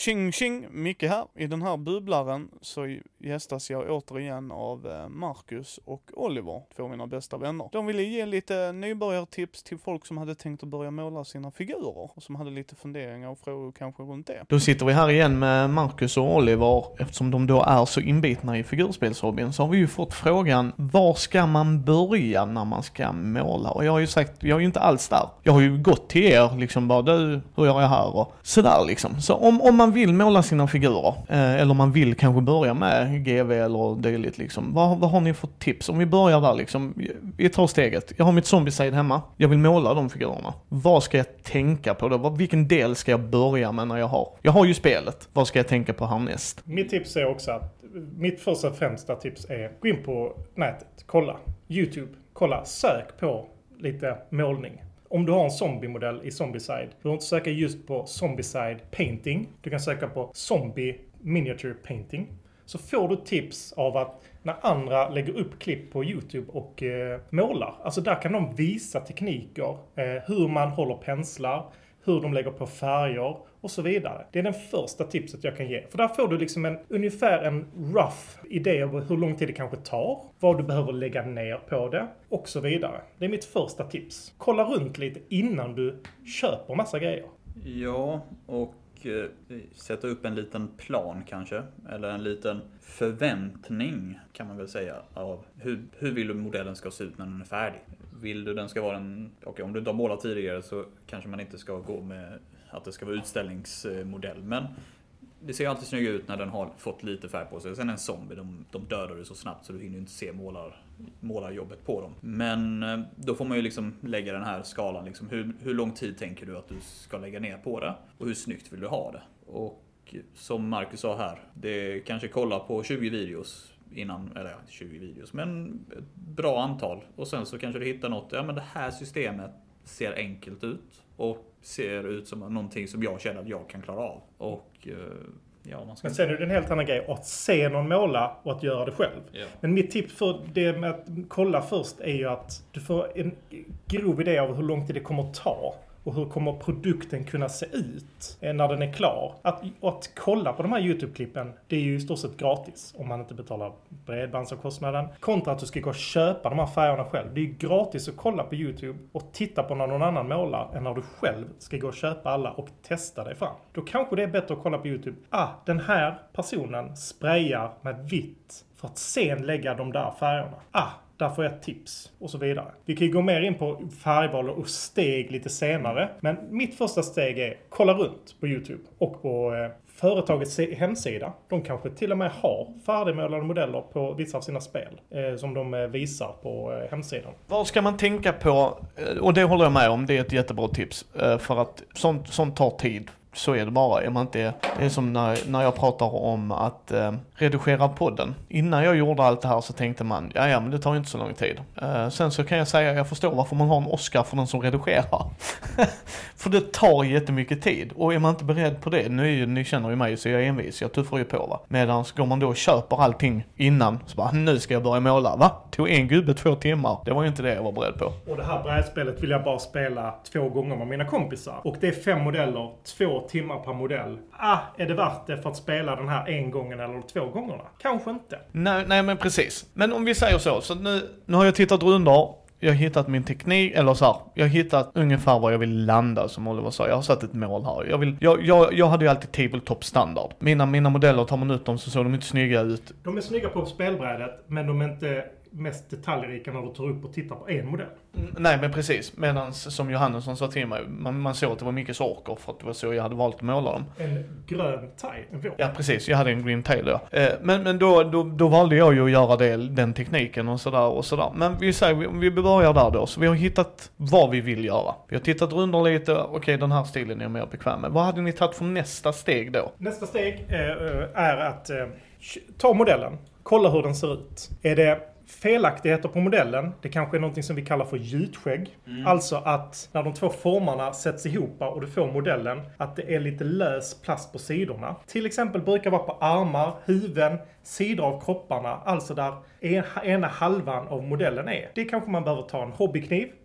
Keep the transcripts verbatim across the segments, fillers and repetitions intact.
Tjing tjing, Micke här. I den här bubblaren så gästas jag återigen av Marcus och Oliver, två av mina bästa vänner. De ville ge lite nybörjartips till folk som hade tänkt att börja måla sina figurer och som hade lite funderingar och frågor kanske runt det. Då sitter vi här igen med Marcus och Oliver. Eftersom de då är så inbitna i figurspelshobbyn så har vi ju fått frågan: var ska man börja när man ska måla? Och jag har ju sagt, jag är ju inte alls där. Jag har ju gått till er liksom bara, du, hur gör jag här? Och sådär liksom. Så om, om man vill måla sina figurer, eh, eller man vill kanske börja med G V eller dylikt liksom. Vad, vad har ni för tips? Om vi börjar där liksom, vi tar steget. Jag har mitt Zombicide hemma. Jag vill måla de figurerna. Vad ska jag tänka på då? Vilken del ska jag börja med när jag har? Jag har ju spelet. Vad ska jag tänka på härnäst? Mitt tips är också att, mitt första främsta tips är gå in på nätet, kolla. YouTube, kolla, sök på lite målning. Om du har en zombie-modell i Zombicide, du behöver inte söka just på Zombicide Painting. Du kan söka på Zombie Miniature Painting. Så får du tips av att när andra lägger upp klipp på YouTube och eh, målar. Alltså där kan de visa tekniker, eh, hur man håller penslar, hur de lägger på färger och så vidare. Det är den första tipset jag kan ge. För där får du liksom en, ungefär en rough idé av hur lång tid det kanske tar, vad du behöver lägga ner på det och så vidare. Det är mitt första tips. Kolla runt lite innan du köper massa grejer. Ja, och eh, sätta upp en liten plan kanske, eller en liten förväntning kan man väl säga av hur, hur vill du modellen ska se ut när den är färdig. Vill du den ska vara en, okej okay, om du inte har målat tidigare så kanske man inte ska gå med att det ska vara utställningsmodell, men det ser alltid snygg ut när den har fått lite färg på sig. Sen en zombie, de, de dödar du så snabbt så du hinner inte se målar, målarjobbet på dem. Men då får man ju liksom lägga den här skalan. Liksom, hur, hur lång tid tänker du att du ska lägga ner på det? Och hur snyggt vill du ha det? Och som Marcus sa här, det kanske kolla på tjugo videos innan, eller ja, tjugo videos, men ett bra antal. Och sen så kanske du hittar något, ja men det här systemet ser enkelt ut och ser ut som någonting som jag känner att jag kan klara av. Och ja, man ska... Men sen är det en helt annan grej att se någon måla och att göra det själv. Ja. Men mitt tips för det med att kolla först är ju att du får en grov idé av hur lång tid det kommer att ta. Och hur kommer produkten kunna se ut när den är klar. Att, att kolla på de här YouTube-klippen, det är ju i stort sett gratis. Om man inte betalar bredbandsavkostnaden. Kontra att du ska gå och köpa de här färgerna själv. Det är ju gratis att kolla på YouTube och titta på när någon annan målar. Än när du själv ska gå och köpa alla och testa dig fram. Då kanske det är bättre att kolla på YouTube. Ah, den här personen sprayar med vitt. För att sen lägga de där färgerna. Ah, där får jag ett tips och så vidare. Vi kan ju gå mer in på färgval och steg lite senare. Men mitt första steg är kolla runt på YouTube och på eh, företagets hemsida. De kanske till och med har färdigmålade modeller på vissa av sina spel eh, som de eh, visar på eh, hemsidan. Vad ska man tänka på? Och det håller jag med om, det är ett jättebra tips. Eh, för att sånt, sånt tar tid. Så är det bara. Är man inte, det är som när, när jag pratar om att eh, redigera podden. Innan jag gjorde allt det här så tänkte man, ja ja men det tar ju inte så lång tid. Eh, sen så kan jag säga, jag förstår varför man har en Oscar för den som redigerar. För det tar jättemycket tid. Och är man inte beredd på det, nu ni känner ju mig så jag är envis, jag tuffar ju på va. Medan går man då och köper allting innan, så bara nu ska jag börja måla, va? Tog en gubbe två timmar. Det var ju inte det jag var beredd på. Och det här brädspelet vill jag bara spela två gånger med mina kompisar. Och det är fem modeller, två timmar per modell. Ah, är det värt det för att spela den här en gången eller två gångerna? Kanske inte. Nej, nej men precis. Men om vi säger så, så nu, nu har jag tittat runder. Jag har hittat min teknik, eller så här, jag har hittat ungefär var jag vill landa som Oliver sa. Jag har satt ett mål här. Jag, vill, jag, jag, jag hade ju alltid tabletop standard. Mina, mina modeller, tar man ut dem så såg de inte snygga ut. De är snygga på spelbrädet, men de är inte mest detaljrika när du tar upp och tittar på en modell. Nej men precis, medan som Johannesson sa till mig, man, man såg att det var mycket saker för att det var så jag hade valt att måla dem. En grön tie, en vår. Ja precis, jag hade en green tie då. Eh, men men då, då, då valde jag ju att göra det, den tekniken och sådär och sådär. Men vi säger, vi, vi börjar där då, så vi har hittat vad vi vill göra. Vi har tittat runt lite, okej okay, den här stilen är jag mer bekväm med. Vad hade ni tagit för nästa steg då? Nästa steg eh, är att eh, ta modellen, kolla hur den ser ut. Är det felaktigheter på modellen, det kanske är någonting som vi kallar för gjutskägg. Mm. Alltså att när de två formarna sätts ihop och du får modellen, att det är lite lös plast på sidorna. Till exempel brukar vara på armar, huvuden, sidor av kropparna, alltså där ena halvan av modellen är. Det kanske man behöver ta en hobbykniv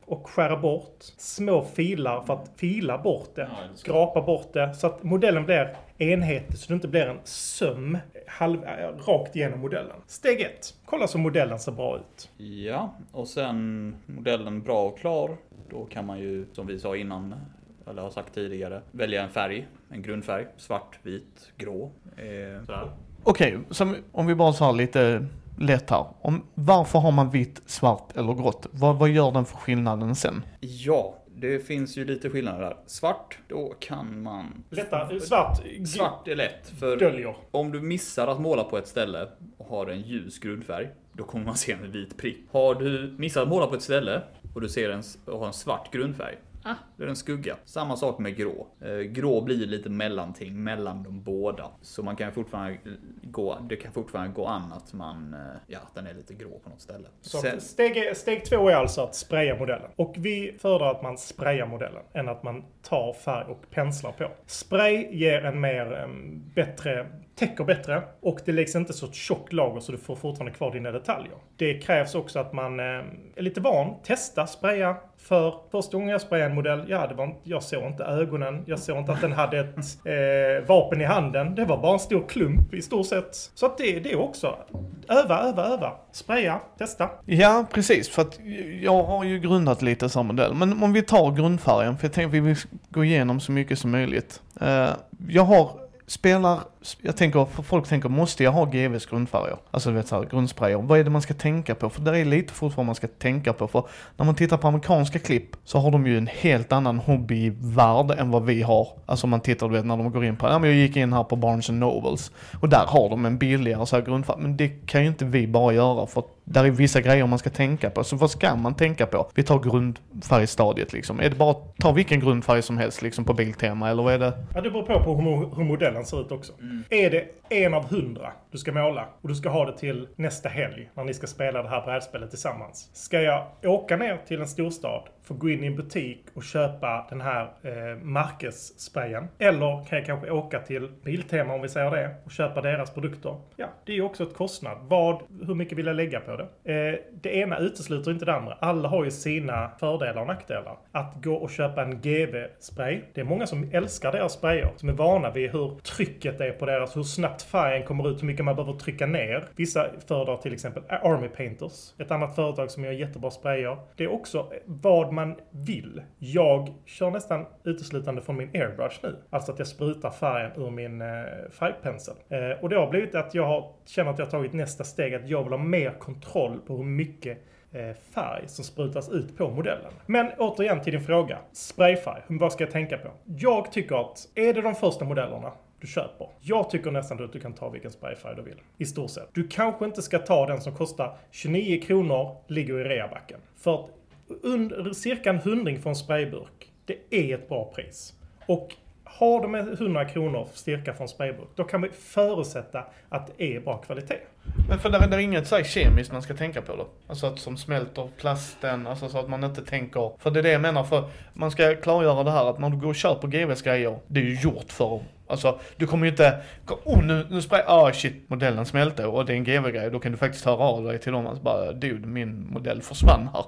och skära bort. Små filar för att fila bort det. Ja, det ska- Skrapa bort det. Så att modellen blir enhetlig så det inte blir en söm halv, äh, rakt igenom modellen. Steg ett. Kolla så modellen ser bra ut. Ja, och sen modellen bra och klar. Då kan man ju, som vi sa innan, eller har sagt tidigare, välja en färg. En grundfärg. Svart, vit, grå. Eh, sådär. Okej, så om vi bara så här lite lätt här. Om, varför har man vitt, svart eller grått? Vad, vad gör den för skillnaden sen? Ja, det finns ju lite skillnader där. Svart, då kan man... Lätta, svart. Svart är lätt, för Döljer. om du missar att måla på ett ställe och har en ljus grundfärg, då kommer man se en vit prick. Har du missat att måla på ett ställe och du ser en, och har en svart grundfärg, ah, det är en skugga. Samma sak med grå. Eh, grå blir lite mellanting mellan de båda. Så man kan fortfarande gå, det kan fortfarande gå an att man, eh, ja, den är lite grå på något ställe. Så Sen, steg, steg två är alltså att spraya modellen. Och vi föredrar att man sprayar modellen än att man tar färg och penslar på. Spray ger en mer um, bättre, täcker bättre och det läggs inte så ett tjockt lager så du får fortfarande kvar dina detaljer. Det krävs också att man um, är lite van, testa, spraya. För första gången jag sprayade en modell, ja, det var inte, jag såg inte ögonen, jag såg inte att den hade ett eh, vapen i handen. Det var bara en stor klump i stort sett. Så att det, det är också, öva, öva, öva. Spraya, testa. Ja, precis. För att jag har ju grundat lite som modell. Men om vi tar grundfärgen, för jag tänker att vi vill gå igenom så mycket som möjligt. Uh, jag har spelar, jag tänker, för folk tänker, måste jag ha G Vs grundfärger? Alltså du vet så här, grundsprayer. Vad är det man ska tänka på? För det är lite fortfarande man ska tänka på. För när man tittar på amerikanska klipp så har de ju en helt annan hobbyvärld än vad vi har. Alltså man tittar, du vet, när de går in på, ja men jag gick in här på Barnes and Nobles. Och där har de en billigare så här grundfärg. Men det kan ju inte vi bara göra, för där är vissa grejer man ska tänka på. Så vad ska man tänka på? Vi tar grundfärgstadiet liksom. Är det bara att ta vilken grundfärg som helst liksom på Biltema, eller vad är det? Ja, det beror på, på hur, hur modellen ser ut också. Mm. Är det en av hundra du ska måla och du ska ha det till nästa helg när ni ska spela det här brädspelet tillsammans. Ska jag åka ner till en storstad för att gå in i en butik och köpa den här eh, Marques-sprayen? Eller kan jag kanske åka till Biltema, om vi säger det, och köpa deras produkter? Ja, det är ju också ett kostnad. Vad, hur mycket vill jag lägga på det? Eh, det ena utesluter inte det andra. Alla har ju sina fördelar och nackdelar. Att gå och köpa en G V-spray, det är många som älskar deras sprayer, som är vana vid hur trycket är på deras, hur snabbt färgen kommer ut, hur mycket man behöver trycka ner. Vissa föredrar till exempel Army Painters, ett annat företag som gör jättebra sprayer. Det är också vad man vill. Jag kör nästan uteslutande från min airbrush nu. Alltså att jag sprutar färgen ur min eh, färgpensel. Eh, och det har blivit att jag har, känner att jag har tagit nästa steg, att jag vill ha mer kontroll på hur mycket eh, färg som sprutas ut på modellen. Men återigen till din fråga. Sprayfärg, vad ska jag tänka på? Jag tycker att, är det de första modellerna du köper? Jag tycker nästan att du kan ta vilken sprayfärg du vill. I stort sett. Du kanske inte ska ta den som kostar tjugonio kronor, ligger i reabacken. För att under cirka en hundring för en sprayburk, det är ett bra pris. Och har de hundra kronor cirka från sprayburk, då kan vi förutsätta att det är bra kvalitet. Men för där är det inget så här kemiskt man ska tänka på då? Alltså att som smälter plasten, alltså så att man inte tänker... För det är det jag menar, för man ska klargöra det här att när du går och köper G Vs grejer, det är ju gjort för... Alltså, du kommer ju inte... Oh, nu, nu spray... Ah, shit, modellen smälte och det är en G V-grej. Då kan du faktiskt höra av dig till dem och bara, dude, min modell försvann här.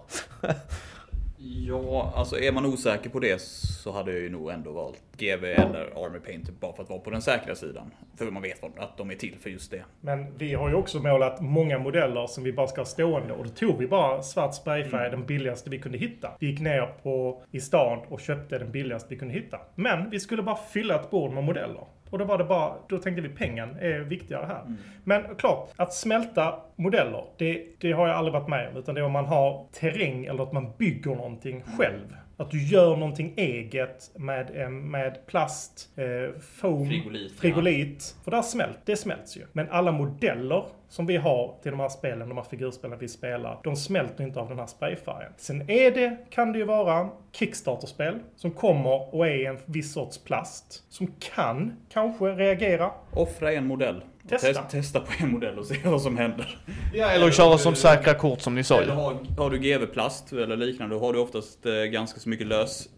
Ja, alltså är man osäker på det så hade jag ju nog ändå valt G V eller Army Painter bara för att vara på den säkra sidan. För man vet att de är till för just det. Men vi har ju också målat många modeller som vi bara ska ha stående. Och då tog vi bara svart sprayfärg, mm. den billigaste vi kunde hitta. Vi gick ner på, i stan och köpte den billigaste vi kunde hitta. Men vi skulle bara fylla ett bord med modeller. Och då var det bara, då tänkte vi pengen är viktigare här. Mm. Men klart, att smälta modeller, det, det har jag aldrig varit med om. Utan det är om man har terräng eller att man bygger någonting själv. Att du gör någonting eget med, med plast, eh, foam, frigolit. frigolit. För där smält, det smälts ju. Men alla modeller som vi har till de här spelen, de här figurspelen vi spelar, de smälter inte av den här sprayfärgen. Sen är det, kan det ju vara Kickstarter-spel som kommer och är en viss sorts plast som kan kanske reagera. Offra en modell. Testa. Test, testa på en modell och se vad som händer. Ja, eller köra som säkra kort som ni sa. Eller har, har du G V-plast eller liknande, då har du oftast eh, ganska så mycket lös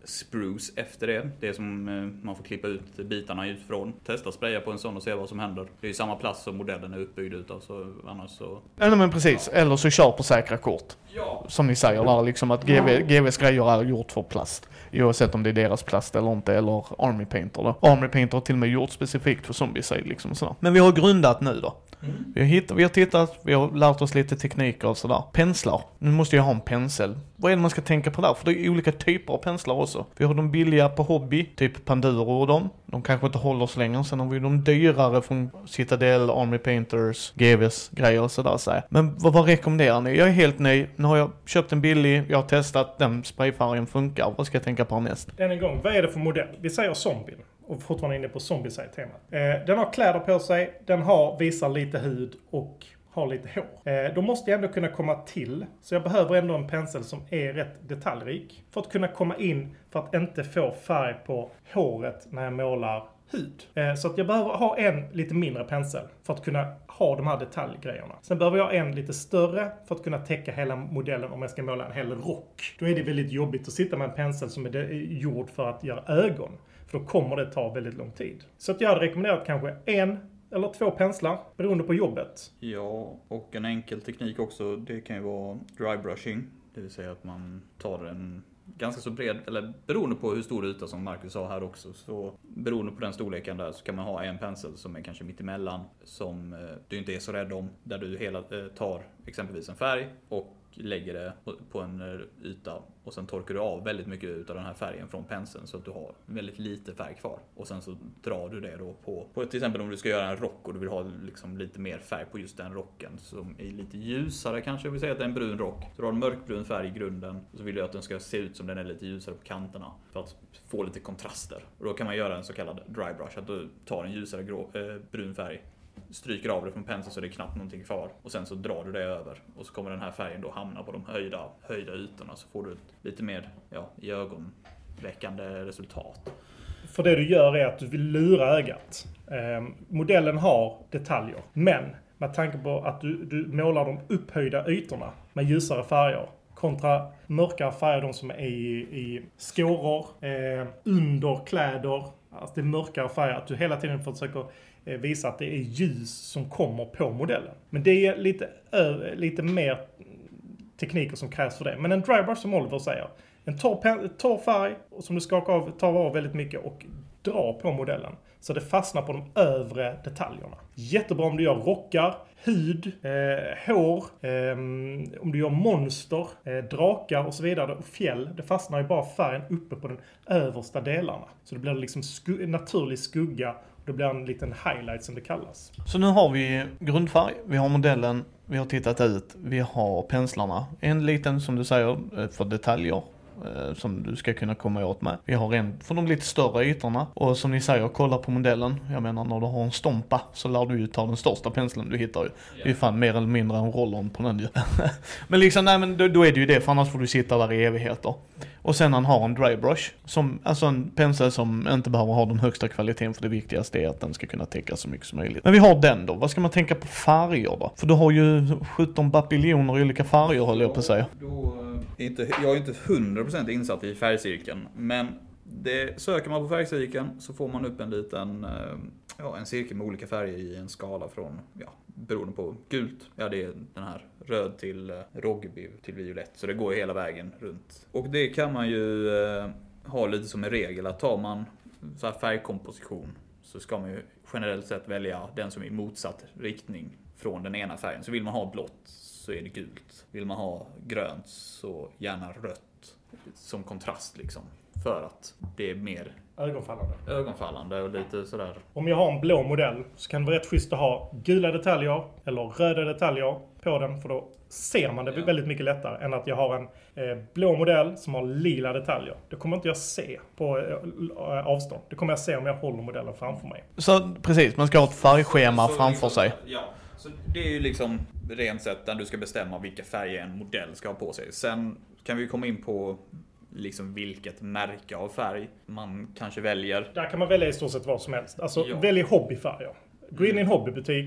spruce efter det. Det är som eh, man får klippa ut bitarna utifrån. Testa spraya på en sån och se vad som händer. Det är ju samma plats som modellen är uppbyggd utav, så annars så... Eller men precis, eller så kör på säkra kort. Ja. Som ni säger där, liksom att G V, G Vs grejer är gjort för plast. Oavsett om det är deras plast eller inte, eller Army Painter då. Army Painter har till och med gjort specifikt för Zombicide liksom sådär. Men vi har grundat nu då. Mm. Vi, har hittat, vi har tittat, vi har lärt oss lite tekniker och sådär. Penslar. Nu måste jag ha en pensel. Vad är det man ska tänka på där? För det är olika typer av penslar också. Vi har de billiga på hobby, typ Panduro och dem. De kanske inte håller så länge. Sen har vi de dyrare från Citadel, Army Painters, G Vs grejer och sådär. Så men vad, vad rekommenderar ni? Jag är helt nöjd. Nu har jag köpt en billig, jag har testat, den sprayfärgen funkar. Vad ska jag tänka på näst? Än en gång, vad är det för modell? Vi säger zombie. Och fortfarande inne på Zombicide-temat. Eh, den har kläder på sig, den har, visar lite hud och har lite hår. Eh, då måste jag ändå kunna komma till, så jag behöver ändå en pensel som är rätt detaljrik. För att kunna komma in, för att inte få färg på håret när jag målar hud. Eh, så att jag behöver ha en lite mindre pensel för att kunna ha de här detaljgrejerna. Sen behöver jag en lite större för att kunna täcka hela modellen om jag ska måla en hel rock. Då är det väldigt jobbigt att sitta med en pensel som är gjord för att göra ögon. För då kommer det ta väldigt lång tid. Så att jag hade rekommenderat kanske en eller två penslar beroende på jobbet. Ja, och en enkel teknik också, det kan ju vara dry brushing. Det vill säga att man tar en ganska så bred, eller beroende på hur stor yta som Marcus sa här också, så beroende på den storleken där så kan man ha en pensel som är kanske mitt emellan, som eh, du inte är så rädd om, där du hela, eh, tar exempelvis en färg och lägger det på en yta och sen torkar du av väldigt mycket av den här färgen från penseln så att du har väldigt lite färg kvar. Och sen så drar du det då på, på till exempel om du ska göra en rock och du vill ha liksom lite mer färg på just den rocken som är lite ljusare kanske. Jag vill säga att det är en brun rock. Så du har en mörkbrun färg i grunden och så vill du att den ska se ut som den är lite ljusare på kanterna för att få lite kontraster. Och då kan man göra en så kallad dry brush, att du tar en ljusare grå, eh, brun färg, stryker av det från penseln så det är knappt någonting kvar och sen så drar du det över och så kommer den här färgen då hamna på de höjda, höjda ytorna, så får du ett lite mer ja, i ögonväckande resultat. För det du gör är att du vill lura ögat. Eh, modellen har detaljer, men med tanke på att du, du målar de upphöjda ytorna med ljusare färger kontra mörkare färger, de som är i, i skåror, eh, under kläder, alltså det är mörkare färger, att du hela tiden försöker visa att det är ljus som kommer på modellen. Men det är lite, ö, lite mer tekniker som krävs för det. Men en dry brush, som Oliver säger, en torr, torr färg som du skakar av, tar av väldigt mycket och drar på modellen. Så det fastnar på de övre detaljerna. Jättebra om du gör rockar, hud, eh, hår, eh, om du gör monster, eh, drakar och så vidare och fjäll. Det fastnar ju bara färgen uppe på den översta delarna. Så det blir liksom sku- naturlig skugga. Det blir en liten highlight som det kallas. Så nu har vi grundfärg, vi har modellen, vi har tittat ut, vi har penslarna. En liten, som du säger, för detaljer som du ska kunna komma åt med. Vi har en för de lite större ytorna. Och som ni säger, kolla på modellen. Jag menar, när du har en stompa så lär du ju ta den största penseln du hittar ju. Det är ju fan mer eller mindre en roll-on på den ju. Men liksom, nej men då, då är det ju det, för annars får du sitta där i evigheter. Och sen han har en dry brush, som, alltså en pensel som inte behöver ha den högsta kvaliteten, för det viktigaste är att den ska kunna täcka så mycket som möjligt. Men vi har den då. Vad ska man tänka på färger då? För du har ju sjutton bapiljoner olika färger, håller jag på att säga. Då, inte, jag är inte hundra procent insatt i färgcirkeln, men det, söker man på färgcirkeln så får man upp en liten ja, en cirkel med olika färger i en skala från, ja, beroende på gult, ja det är den här röd till eh, roggebiv till violett, så det går hela vägen runt. Och det kan man ju eh, ha lite som en regel, att tar man så här färgkomposition så ska man ju generellt sett välja den som är i motsatt riktning från den ena färgen. Så vill man ha blått så är det gult. Vill man ha grönt så gärna rött som kontrast liksom. För att det är mer ögonfallande. ögonfallande och lite sådär. Om jag har en blå modell så kan det vara rätt schysst att ha gula detaljer eller röda detaljer på den. För då ser man det ja. väldigt mycket lättare än att jag har en eh, blå modell som har lila detaljer. Det kommer inte jag se på eh, avstånd. Det kommer jag se om jag håller modellen framför mig. Så precis, man ska ha ett färgschema så, framför liksom, sig. Ja, så det är ju liksom rent sett där du ska bestämma vilka färger en modell ska ha på sig. Sen kan vi komma in på liksom vilket märke av färg man kanske väljer. Där kan man välja i stort sett vad som helst. Alltså ja. välj hobbyfärger. Gå in i en hobbybutik,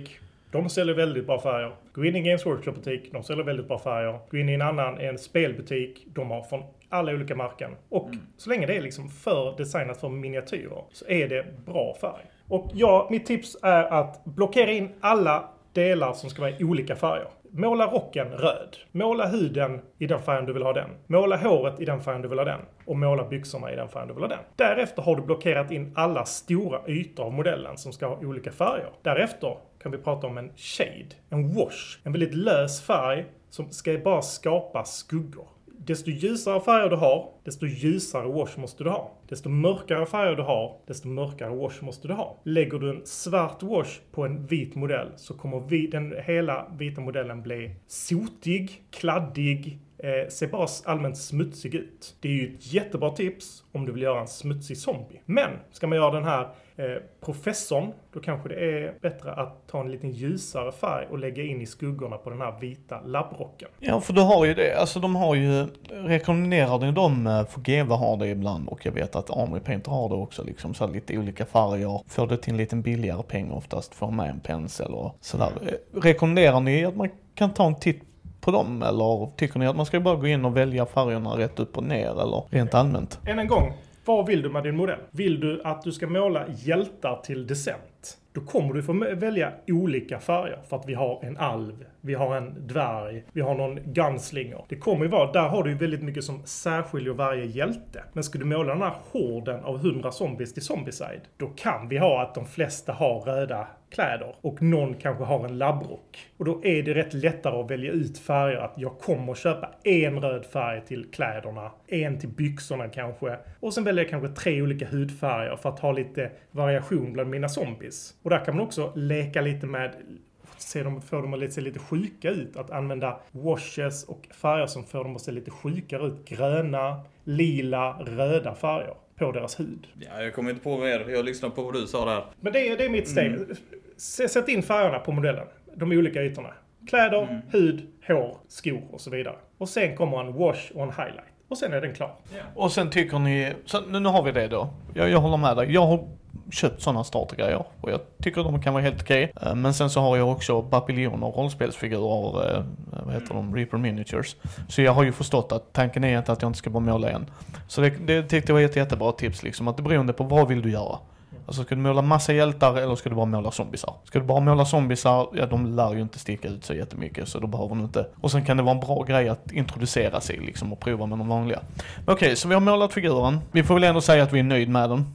De säljer väldigt bra färger. Gå in i en Games Workshop-butik, de säljer väldigt bra färger. Gå in i en annan, en spelbutik, de har från alla olika märken. Och mm. så länge det är liksom för designat för miniatyrer så är det bra färg. Och ja, mitt tips är att blockera in alla delar som ska vara i olika färger. Måla rocken röd. Måla huden i den färgen du vill ha den. Måla håret i den färgen du vill ha den. Och måla byxorna i den färgen du vill ha den. Därefter har du blockerat in alla stora ytor av modellen som ska ha olika färger. Därefter kan vi prata om en shade, en wash. En väldigt lös färg som ska bara skapa skuggor. Desto ljusare färger du har, desto ljusare wash måste du ha. Desto mörkare färger du har, desto mörkare wash måste du ha. Lägger du en svart wash på en vit modell så kommer vi, den hela vita modellen bli sotig, kladdig, eh, ser bara allmänt smutsig ut. Det är ju ett jättebra tips om du vill göra en smutsig zombie. Men ska man göra den här eh, professorn, då kanske det är bättre att ta en liten ljusare färg och lägga in i skuggorna på den här vita labbrocken. Ja, för du har ju det. Alltså de har ju, rekommenderar de, för G V har det ibland och jag vet att Armory Painter har det också liksom, så lite olika färger. Får det till en liten billigare peng oftast, får med en pensel och sådär. Rekommenderar ni att man kan ta en titt på dem, eller tycker ni att man ska bara gå in och välja färgerna rätt upp och ner, eller rent allmänt? Än en gång, vad vill du med din modell? Vill du att du ska måla hjältar till decent? Då kommer du få välja olika färger. För att vi har en alv, vi har en dvärg, vi har någon gunslinger. Det kommer ju vara, där har du ju väldigt mycket som särskiljer varje hjälte. Men ska du måla den här horden av hundra zombies till Zombicide, då kan vi ha att de flesta har röda kläder och någon kanske har en labbrock. Och då är det rätt lättare att välja ut färger, att jag kommer att köpa en röd färg till kläderna, en till byxorna kanske, och sen väljer jag kanske tre olika hudfärger för att ha lite variation bland mina zombies. Och där kan man också leka lite med, se dem, få dem att se lite sjuka ut, att använda washes och färger som får dem att se lite sjukare ut, gröna, lila, röda färger på deras hud. Ja, jag kommer inte på vad er. Jag lyssnar på vad du sa där. Men det är, det är mitt steg. Mm. Sätt in färgerna på modellen. De olika ytorna. Kläder, mm. hud, hår, skor och så vidare. Och sen kommer en wash och en highlight. Och sen är den klar. Yeah. Och sen tycker ni, så nu, nu har vi det då. Jag, jag håller med dig. Jag har köpt sådana startergrejer och jag tycker de kan vara helt okej. Okay. Men sen så har jag också Babylon och rollspelsfigurer, vad heter de, Reaper Miniatures. Så jag har ju förstått att tanken är inte att jag inte ska bara måla en. Så det, det tyckte jag var ett jättebra tips liksom, att det beror på vad vill du göra. Alltså ska du måla massa hjältar eller ska du bara måla zombisar? Ska du bara måla zombisar, ja de lär ju inte sticka ut så jättemycket så då behöver du inte. Och sen kan det vara en bra grej att introducera sig liksom och prova med de vanliga. Men okej, så vi har målat figuren. Vi får väl ändå säga att vi är nöjd med den.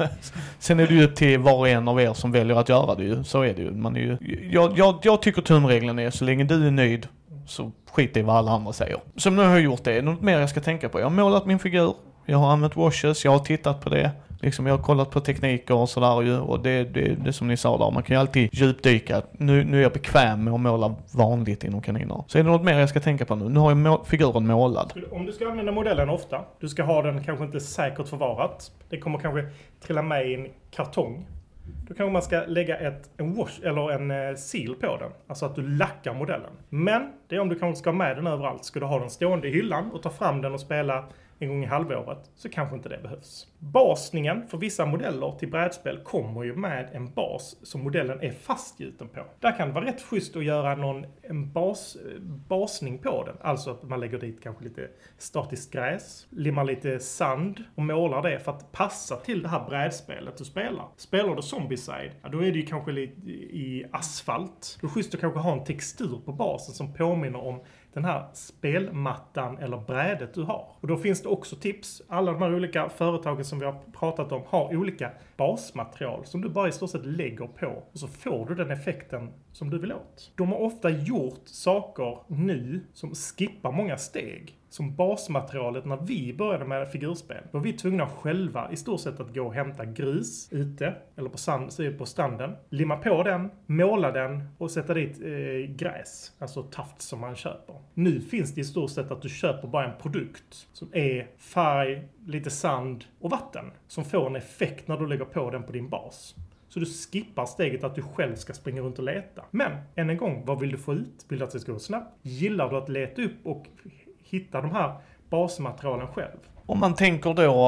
Sen är det ju upp till var och en av er som väljer att göra det ju. Så är det ju. Man är ju jag, jag, jag tycker tumregeln är så länge du är nöjd så skit i vad alla andra säger. Så nu har jag gjort det. Är det något mer jag ska tänka på? Jag har målat min figur. Jag har använt washes. Jag har tittat på det. Liksom jag har kollat på tekniker och sådär ju, och det, det, det som ni sa där, man kan ju alltid djupdyka. Nu, nu är jag bekväm med att måla vanligt inom kaniner. Så är det något mer jag ska tänka på nu? Nu har jag må- figuren målad. Om du ska använda modellen ofta, du ska ha den kanske inte säkert förvarat. Det kommer kanske trilla med i en kartong. Då kanske man ska lägga ett, en wash eller en eh, seal på den. Alltså att du lackar modellen. Men det är om du kanske ska ha med den överallt. Ska du ha den stående i hyllan och ta fram den och spela en gång i halvåret, så kanske inte det behövs. Basningen för vissa modeller till brädspel kommer ju med en bas som modellen är fastgjuten på. Där kan det vara rätt schysst att göra någon en bas, basning på den. Alltså att man lägger dit kanske lite statiskt gräs, limmar lite sand och målar det för att passa till det här brädspelet du spelar. Spelar du Zombicide, ja, då är det ju kanske lite i asfalt. Då är det schysst att kanske ha en textur på basen som påminner om den här spelmattan eller brädet du har. Och då finns det också tips. Alla de här olika företagen som vi har pratat om har olika basmaterial som du bara i stort sett lägger på. Och så får du den effekten som du vill åt. De har ofta gjort saker nu som skippar många steg. Som basmaterialet när vi började med figurspel. Då var vi tvungna själva i stort sett att gå och hämta grus ute. Eller på, sand, på stranden. Limma på den, måla den och sätta dit eh, gräs. Alltså taft som man köper. Nu finns det i stort sett att du köper bara en produkt. Som är färg, lite sand och vatten. Som får en effekt när du lägger på den på din bas. Så du skippar steget att du själv ska springa runt och leta. Men, än en gång, vad vill du få ut? Vill du att det ska gå snabbt? Gillar du att leta upp och hitta de här basmaterialen själv? Om man tänker då,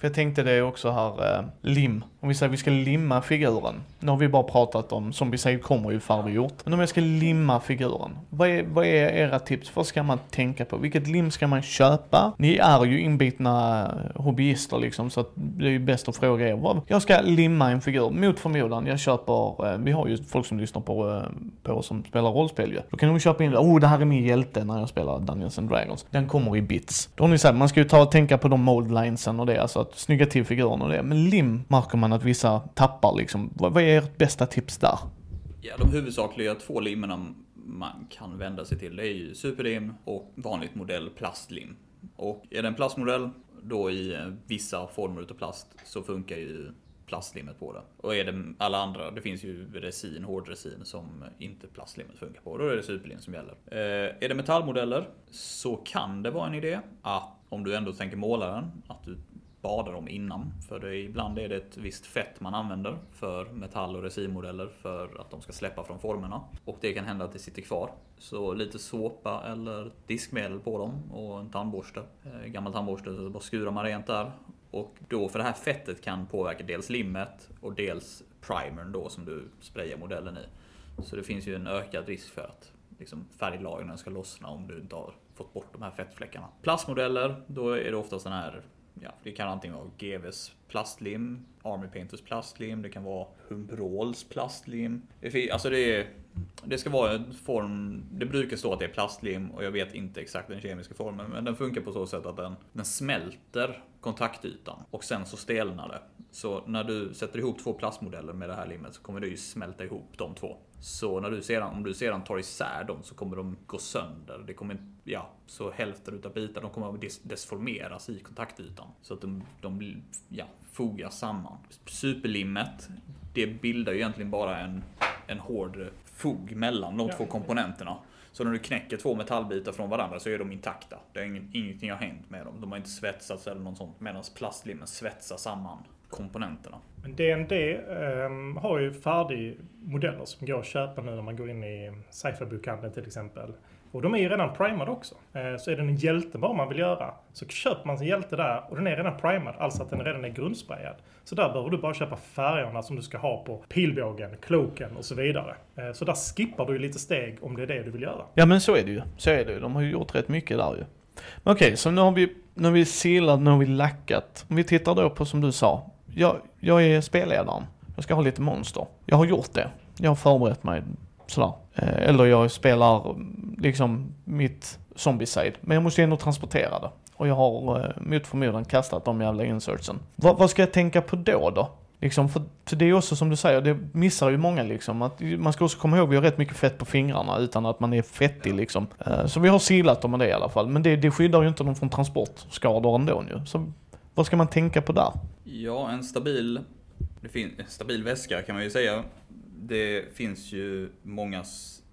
För jag tänkte det också här, eh, lim. Om vi säger att vi ska limma figuren. Nu har vi bara pratat om, som vi säger kommer ju färdiggjort. Men om jag ska limma figuren, vad är, vad är era tips? Vad ska man tänka på? Vilket lim ska man köpa? Ni är ju inbitna hobbyister liksom, så att det är ju bäst att fråga er. Vad, jag ska limma en figur, mot förmodan, jag köper, eh, vi har ju folk som lyssnar på, eh, på oss som spelar rollspel ju. Då kan de köpa in, oh det här är min hjälte när jag spelar Dungeons and Dragons. Den kommer i bits. Då har ni sagt, man ska ju ta och tänka på de mold linesen och det, alltså att snygga till figuren och det. Men lim märker man att vissa tappar liksom. Vad, vad är ert bästa tips där? Ja, de huvudsakliga två limmerna man kan vända sig till, det är ju superlim och vanligt modell plastlim. Och är det en plastmodell, då i vissa former av plast så funkar ju plastlimmet på det. Och är det alla andra, det finns ju resin, hård resin som inte plastlimmet funkar på. Då är det superlim som gäller. Eh, är det metallmodeller så kan det vara en idé att om du ändå tänker måla den, att du badar dem innan. För det, ibland är det ett visst fett man använder för metall- och resinmodeller för att de ska släppa från formerna. Och det kan hända att det sitter kvar. Så lite såpa eller diskmedel på dem och en tandborste. Eh, gammal tandborste, så bara skurar man rent där. Och då, för det här fettet kan påverka dels limmet och dels primern då som du sprayar modellen i. Så det finns ju en ökad risk för att liksom, färglagren ska lossna om du inte har fått bort de här fettfläckarna. Plastmodeller, då är det oftast den här, ja, det kan antingen vara G V:s plastlim, Army Painters plastlim, det kan vara Humbrolls plastlim. Alltså det är, det ska vara en form, det brukar stå att det är plastlim och jag vet inte exakt den kemiska formen, men den funkar på så sätt att den, den smälter kontaktytan och sen så stelnar det. Så när du sätter ihop två plastmodeller med det här limmet så kommer det ju smälta ihop de två. Så när du sedan, om du sedan tar isär dem så kommer de gå sönder. Det kommer, ja, så hälften utav bitar, de kommer att des- desformeras i kontaktytan. Så att de, de ja, fogas samman. Superlimmet, det bildar ju egentligen bara en, en hård fog mellan de ja. två komponenterna. Så när du knäcker två metallbitar från varandra så är de intakta. Det är ingen, ingenting har hänt med dem. De har inte svetsats eller något sånt. Medan plastlimmen svetsar samman komponenterna. Men D and D um, har ju färdiga modeller som går att köpa nu när man går in i sci-fi-bokhandeln till exempel. Och de är ju redan primade också. Uh, så är det en hjälte bara man vill göra, så köper man sin hjälte där och den är redan primad. Alltså att den redan är grundsprayad. Så där behöver du bara köpa färgerna som du ska ha på pilbågen, kloken och så vidare. Uh, så där skippar du ju lite steg om det är det du vill göra. Ja men så är det ju. Så är det ju. De har ju gjort rätt mycket där ju. Men okej, så nu har vi, nu har vi silat, nu har vi lackat. Om vi tittar då på som du sa. Jag, jag är spelledaren. Jag ska ha lite monster. Jag har gjort det. Jag har förberett mig sådär. Eh, eller jag spelar liksom mitt zombie-side. Men jag måste ändå transportera det. Och jag har eh, mot förmodan kastat de jävla insertsen. Va, vad ska jag tänka på då då? Liksom, för, för det är också som du säger, det missar ju många liksom. Att man ska också komma ihåg att vi har rätt mycket fett på fingrarna utan att man är fettig liksom. Eh, så vi har silat dem med det i alla fall. Men det, det skyddar ju inte dem från transportskador ändå nu. Så vad ska man tänka på där? Ja, en stabil, det fin- en stabil väska kan man ju säga. Det finns ju många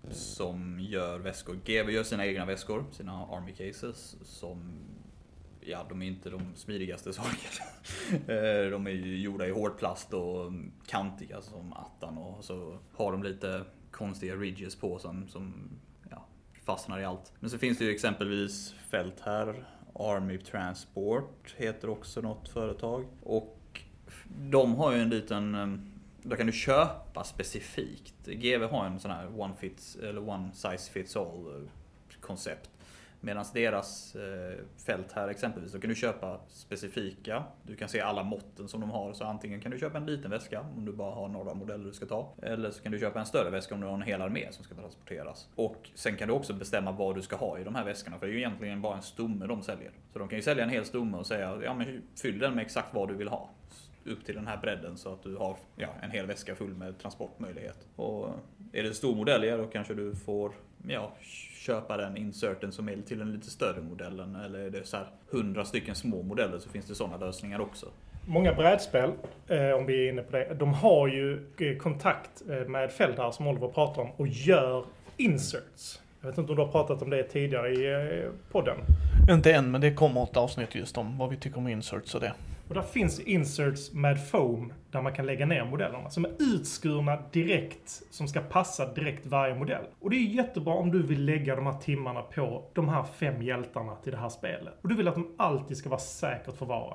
som gör väskor. G V gör sina egna väskor, sina army cases, som, ja, de är inte de smidigaste saker. De är ju gjorda i hårdplast och kantiga som attan, och så har de lite konstiga ridges på som, som ja, fastnar i allt. Men så finns det ju exempelvis fält här. Army Transport heter också något företag. Och de har ju en liten, då kan du köpa specifikt. G V har en sån här one fits eller one size fits all koncept. Medan deras eh, fält här exempelvis, då kan du köpa specifika. Du kan se alla måtten som de har. Så antingen kan du köpa en liten väska om du bara har några modeller du ska ta. Eller så kan du köpa en större väska om du har en hel armé som ska transporteras. Och sen kan du också bestämma vad du ska ha i de här väskorna. För det är ju egentligen bara en stomme de säljer. Så de kan ju sälja en hel stomme och säga, ja men fyll den med exakt vad du vill ha. Upp till den här bredden så att du har, ja, en hel väska full med transportmöjlighet. Och är det en stor modell, ja, då kanske du får, ja, köpa den inserten som är till en lite större modellen. Eller är det så här hundra stycken små modeller, så finns det sådana lösningar också. Många brädspel, eh, om vi är inne på det, de har ju kontakt med fält här som Oliver pratar om och gör inserts. Jag vet inte om du har pratat om det tidigare i eh, podden. Inte än, men det kommer ett avsnitt just om vad vi tycker om inserts och det. Och där finns inserts med foam där man kan lägga ner modellerna som är utskurna direkt, som ska passa direkt varje modell. Och det är jättebra om du vill lägga de här timmarna på de här fem hjältarna till det här spelet. Och du vill att de alltid ska vara säkert förvarade.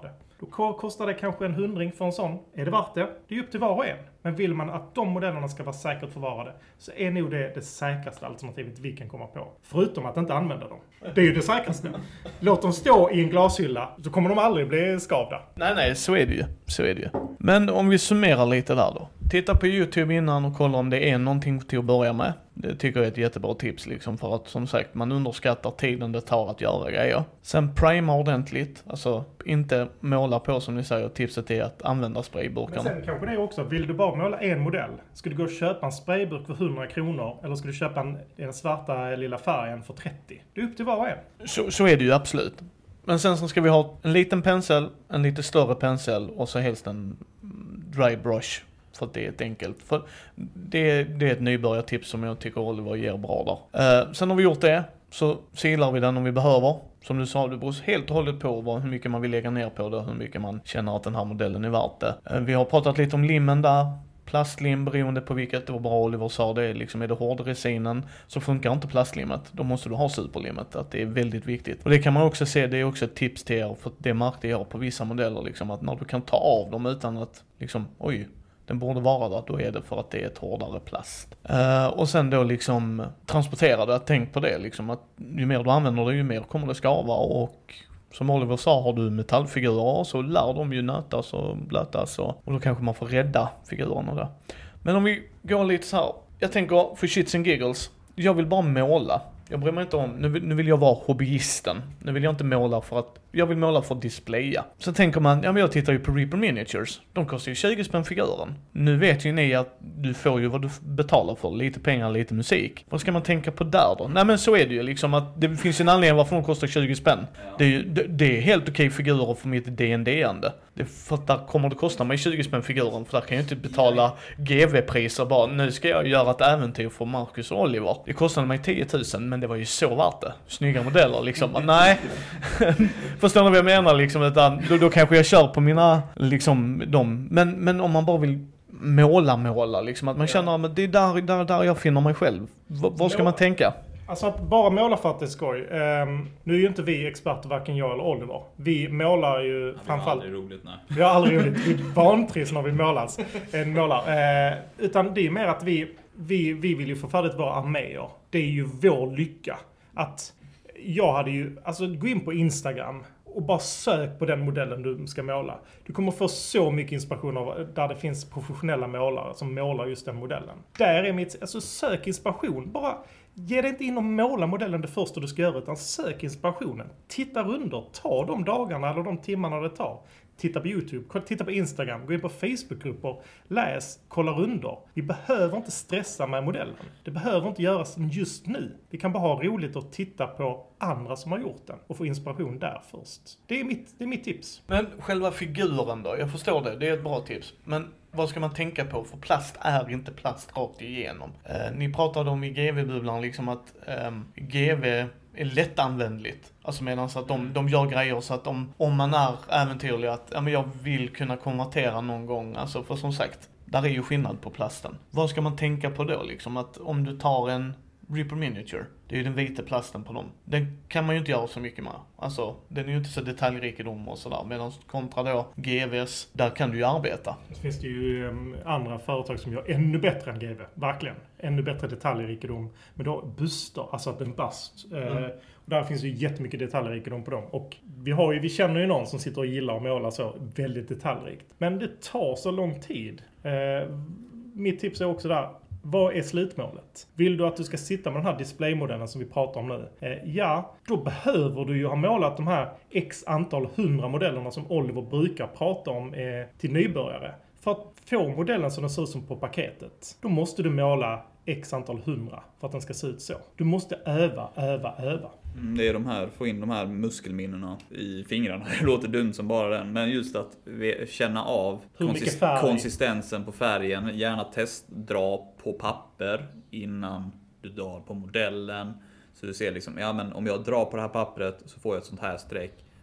Då kostar det kanske en hundring för en sån. Är det värt det? Det är upp till var och en. Men vill man att de modellerna ska vara säkert förvarade så är nog det det säkraste alternativet vi kan komma på. Förutom att inte använda dem. Det är ju det säkraste. Låt dem stå i en glashylla så kommer de aldrig bli skavda. Nej, nej, så är det ju. Så är det ju. Men om vi summerar lite där då. Titta på YouTube innan och kolla om det är någonting till att börja med. Det tycker jag är ett jättebra tips liksom, för att som sagt man underskattar tiden det tar att göra grejer. Sen prima ordentligt, alltså inte måla på som ni säger, tipset är att använda sprayburkarna. Men sen kanske det också, vill du bara måla en modell, ska du gå och köpa en sprayburk för hundra kronor eller ska du köpa en, den svarta lilla färgen för trettio? Det är upp till var och en. Så, så är det ju absolut. Men sen så ska vi ha en liten pensel, en lite större pensel och så helst en dry brush. För att det är ett enkelt. För det, det är ett nybörjartips som jag tycker Oliver ger bra där. Eh, sen har vi gjort det, så silar vi den om vi behöver. Som du sa, det beror helt och hållet på vad, hur mycket man vill lägga ner på det, hur mycket man känner att den här modellen är värt det. Eh, vi har pratat lite om limmen där. Plastlim, beroende på vilket, det var bra Oliver sa, det är liksom, är det hårdresinen så funkar inte plastlimmet. Då måste du ha superlimmet, att det är väldigt viktigt. Och det kan man också se, det är också ett tips till er, för det märkte jag på vissa modeller liksom, att när du kan ta av dem utan att liksom, oj, den borde vara där, då är det för att det är ett hårdare plast. Uh, och sen då liksom transportera det, tänk på det liksom, att ju mer du använder det, ju mer kommer det skava, och som Oliver sa, har du metallfigurer så lär de ju nötas och blötas, och, och då kanske man får rädda figurerna där. Men om vi går lite så här, jag tänker för shits and giggles, jag vill bara måla. Jag bryr mig inte om, nu vill, nu vill jag vara hobbyisten. Nu vill jag inte måla för att, jag vill måla för att displaya. Så tänker man, ja men jag tittar ju på Reaper Miniatures. De kostar ju tjugo spänn figuren. Nu vet ju ni att du får ju vad du betalar för. Lite pengar, lite musik. Vad ska man tänka på där då? Nej men så är det ju liksom, att det finns en anledning varför de kostar tjugo spänn. Ja. Det är ju, det, det är helt okej figurer för mitt D and D-ande. Det är för att där kommer det kosta mig tjugo spänn figuren, för där kan jag inte betala G V-priser bara, nu ska jag göra ett äventyr för Marcus och Oliver. Det kostade mig tio tusen, men det var ju så värt det. Snygga modeller liksom. Nej. Förstår ni vad jag menar liksom, utan då, då kanske jag kör på mina liksom de, men men om man bara vill måla måla liksom, att man känner att det är där där där jag finner mig själv. V- vad ska man tänka? Alltså att bara måla för att det är skoj. Um, nu är ju inte vi experter, varken jag eller Oliver. Vi målar ju framförallt... Vi har aldrig roligt, nej. Vi har aldrig roligt. Vi vantrivs när vi målas. En målar. Uh, utan det är mer att vi, vi, vi vill ju få färdigt våra arméer. Det är ju vår lycka. Att jag hade ju... Alltså gå in på Instagram och bara sök på den modellen du ska måla. Du kommer få så mycket inspiration av där det finns professionella målare som målar just den modellen. Där är mitt... Alltså sök inspiration. Bara... Ge dig inte in och måla modellen det första du ska göra, utan sök inspirationen. Titta runder, ta de dagarna eller de timmarna det tar. Titta på YouTube, titta på Instagram, gå in på Facebookgrupper, läs, kolla runder. Vi behöver inte stressa med modellen. Det behöver inte göras just nu. Vi kan bara ha roligt och titta på andra som har gjort den och få inspiration där först. Det är mitt, det är mitt tips. Men själva figuren då, jag förstår det, det är ett bra tips. Men vad ska man tänka på? För plast är inte plast rakt igenom. Eh, ni pratade om i G V-bubblan liksom att eh, G V är lättanvändligt. Alltså medan så att de, de gör grejer så att om, om man är äventyrlig att ja, men jag vill kunna konvertera någon gång. Alltså för som sagt, där är ju skillnad på plasten. Vad ska man tänka på då liksom? Att om du tar en Reaper Miniature, det är ju den vita plasten på dem. Den kan man ju inte göra så mycket med. Alltså, den är ju inte så detaljrikedom och sådär. Medan kontra då G Vs, där kan du ju arbeta. Så finns det ju um, andra företag som gör ännu bättre än G V. Verkligen. Ännu bättre detaljrikedom. Men då buster, alltså att en bast. Mm. Uh, och där finns det ju jättemycket detaljrikedom på dem. Och vi, har ju, vi känner ju någon som sitter och gillar att måla så väldigt detaljrikt. Men det tar så lång tid. Uh, mitt tips är också där. Vad är slutmålet? Vill du att du ska sitta med den här displaymodellen som vi pratar om nu? Eh, ja, då behöver du ju ha målat de här x antal hundra modellerna som Oliver brukar prata om eh, till nybörjare. För att få modellen som den ser ut som på paketet, då måste du måla x antal hundra för att den ska se ut så. Du måste öva, öva, öva. Mm, det är de här, få in de här muskelminnena i fingrarna. Det låter dumt som bara den. Men just att känna av konsist- konsistensen på färgen. Gärna testdra på papper innan du drar på modellen. Så du ser liksom, ja men om jag drar på det här pappret så får jag ett sånt här streck.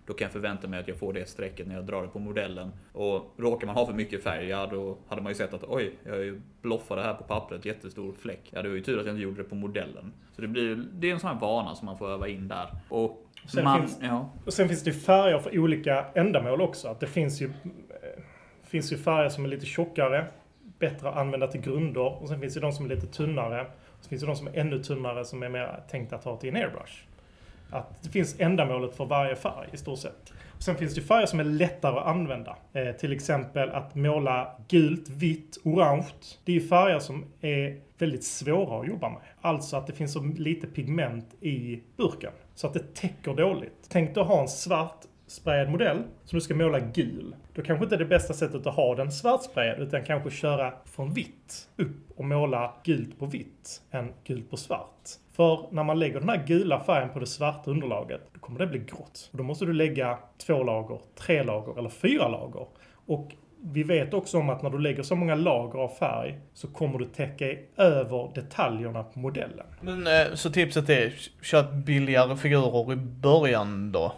då kan jag förvänta mig att jag får det strecket när jag drar det på modellen. Och råkar man ha för mycket färg, ja, då hade man ju sett att oj, jag bloffade här på pappret, jättestor fläck. Ja, det var ju tur att jag inte gjorde det på modellen. Så det blir, det är en sån här vana som man får öva in där. Och sen, man, finns, ja. och sen finns det färger för olika ändamål också. Att det finns ju, finns ju färger som är lite tjockare, bättre att använda till grunder. Och sen finns det de som är lite tunnare. Och så finns det de som är ännu tunnare som är mer tänkt att ha till en airbrush. Att det finns ändamålet för varje färg i stort sett. Och sen finns det färger som är lättare att använda. Eh, till exempel att måla gult, vitt, orange. Det är färger som är väldigt svåra att jobba med. Alltså att det finns så lite pigment i burken. Så att det täcker dåligt. Tänk dig att ha en svart sprayad modell som du ska måla gul. Då kanske inte är det bästa sättet att ha den svartsprayad, utan kanske köra från vitt upp och måla gult på vitt än gult på svart. För när man lägger den här gula färgen på det svarta underlaget, då kommer det bli grått. Och då måste du lägga två lager, tre lager eller fyra lager. Och vi vet också om att när du lägger så många lager av färg så kommer du täcka över detaljerna på modellen. Men så tipset är, köp billigare figurer i början då?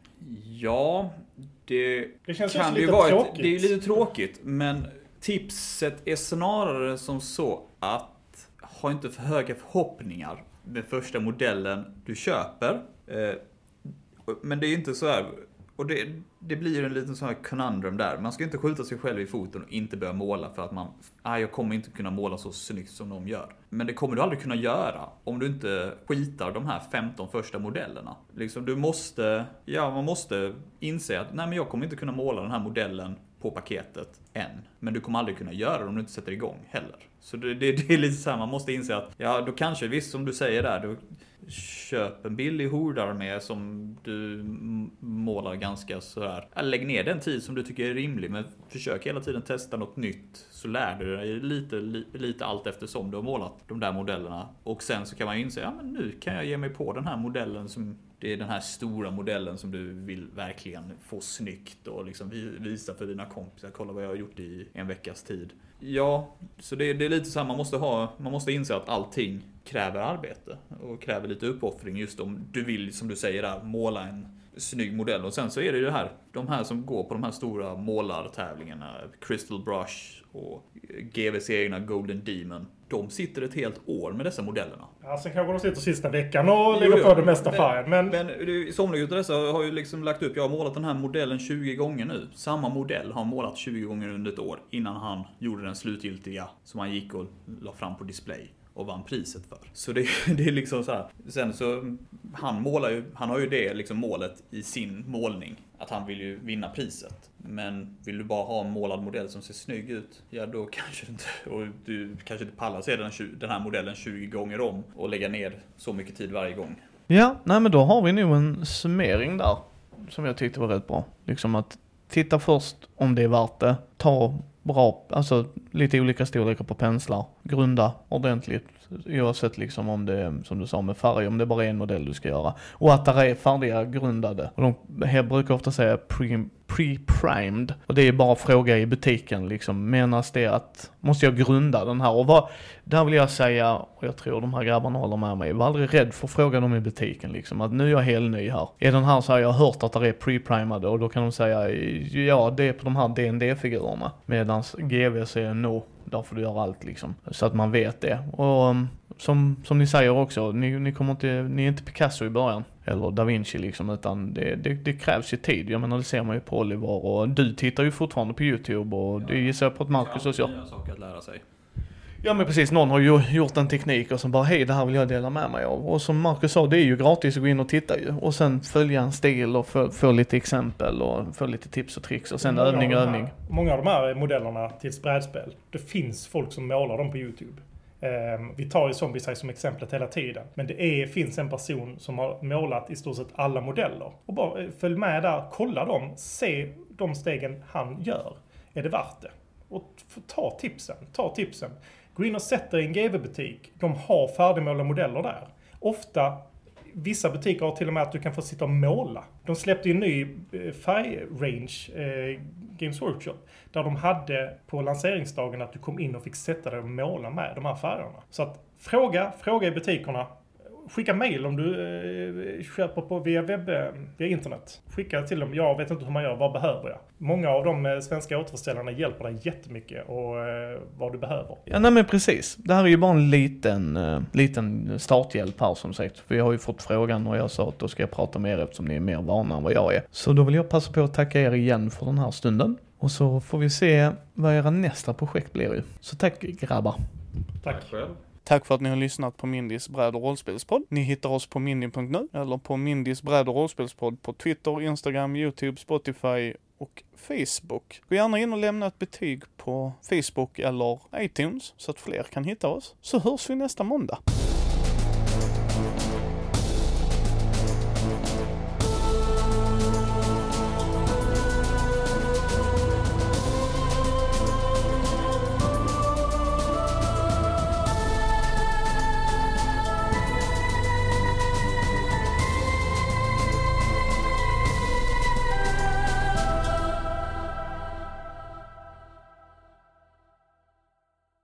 Ja, det, det känns kan lite ju vara tråkigt. Ett, det är ju lite tråkigt, men tipset är snarare som så att ha inte för höga förhoppningar med första modellen du köper. Men det är inte så här, och det, det blir en liten sån här conundrum där. Man ska inte skjuta sig själv i foten och inte börja måla för att man, ah, jag kommer inte kunna måla så snyggt som de gör. Men det kommer du aldrig kunna göra om du inte skitar de här femton första modellerna. Liksom du måste, ja man måste inse att nej men jag kommer inte kunna måla den här modellen på paketet än. Men du kommer aldrig kunna göra det om du inte sätter igång heller. Så det, det, det är lite så här, man måste inse att ja då kanske visst som du säger där, du köp en billig hordarmé som du målar ganska så här. Lägg ner den tid som du tycker är rimlig, men försök hela tiden testa något nytt, så lär du dig lite, li, lite allt eftersom du har målat de där modellerna. Och sen så kan man ju inse, ja men nu kan jag ge mig på den här modellen som det är den här stora modellen som du vill verkligen få snyggt och liksom visa för dina kompisar. Kolla vad jag har gjort i en veckas tid. Ja, så det, det är lite så här, man måste ha, man måste inse att allting kräver arbete och kräver lite uppoffring just om du vill, som du säger där, måla en snygg modell. Och sen så är det ju det här, de här som går på de här stora målartävlingarna, Crystal Brush och G V:s egna Golden Demon. De sitter ett helt år med dessa modellerna. Ja, sen kanske de sitter sista veckan och lägger på det mesta färgen. Men, men, men somliga utav dessa har ju liksom lagt upp, jag har målat den här modellen tjugo gånger nu. Samma modell har han målat tjugo gånger under ett år innan han gjorde den slutgiltiga som han gick och la fram på display och vann priset för. Så det, det är liksom så här. Sen så, han målar ju, han har ju det liksom målet i sin målning. Att han vill ju vinna priset. Men vill du bara ha en målad modell som ser snygg ut, ja då kanske inte, och du kanske inte pallar se den, den här modellen tjugo gånger om och lägga ner så mycket tid varje gång. Ja, nej men då har vi nog en summering där som jag tyckte var rätt bra. Liksom att titta först om det är värt det. Ta bra, alltså lite olika storlekar på penslar. Grunda ordentligt. Oavsett liksom om det är, som du sa med färg, om det bara är en modell du ska göra. Och att det är färdiga grundade. Och de här brukar ofta säga pre, pre-primed. Och det är bara fråga i butiken liksom. Menas det att, måste jag grunda den här? Och vad, där vill jag säga, och jag tror de här grabbarna håller med mig, var aldrig rädd för att fråga dem i butiken liksom. Att nu är jag helt ny här. Är den här så här, jag har hört att det är pre-primade. Och då kan de säga, ja det är på de här D N D-figurerna. Medans G V säger no. Där får du göra allt liksom. Så att man vet det. Och um, som, som ni säger också, ni, ni, kommer inte, ni är inte Picasso i början. Eller Da Vinci liksom, utan det, det, det krävs ju tid. Jag menar, det ser man ju på Oliver. Och du tittar ju fortfarande på YouTube. Och ja, det gissar jag på att Marcus också. Det är nya saker att lära sig. Ja men precis, någon har ju gjort en teknik och som bara, hej det här vill jag dela med mig av. Och som Marcus sa, det är ju gratis att gå in och titta ju. Och sen följa en stil och få, få lite exempel och få lite tips och tricks. Och sen många övning och övning. Många av de här modellerna till ett brädspel, det finns folk som målar dem på YouTube. Um, vi tar ju Zombicide som exemplet hela tiden. Men det är, finns en person som har målat i stort sett alla modeller. Och bara följ med där, kolla dem, se de stegen han gör. Är det värt det? Och ta tipsen, ta tipsen. Gå in och sätt dig i en G V-butik. De har färdigmålade modeller där. Ofta, vissa butiker har till och med att du kan få sitta och måla. De släppte ju en ny färgrange, eh, Games Workshop, där de hade på lanseringsdagen att du kom in och fick sätta dig och måla med de här färgerna. Så att fråga, fråga i butikerna. skicka mail om du eh, köper på via webb, eh, via internet. Skicka till dem, jag vet inte hur man gör, vad behöver jag? Många av de eh, svenska återförställarna hjälper dig jättemycket och eh, vad du behöver. Ja, nej men precis. Det här är ju bara en liten, uh, liten starthjälp här som sagt. För jag har ju fått frågan och jag sa att då ska jag prata med er eftersom ni är mer vana än vad jag är. Så då vill jag passa på att tacka er igen för den här stunden. Och så får vi se vad era nästa projekt blir ju. Så tack grabbar. Tack. Tack själv. Tack för att ni har lyssnat på Mindys bräd- och rollspelspodd. Ni hittar oss på mindy punkt nu eller på Mindys bräd- och rollspelspodd på Twitter, Instagram, YouTube, Spotify och Facebook. Gå gärna in och lämna ett betyg på Facebook eller iTunes så att fler kan hitta oss. Så hörs vi nästa måndag.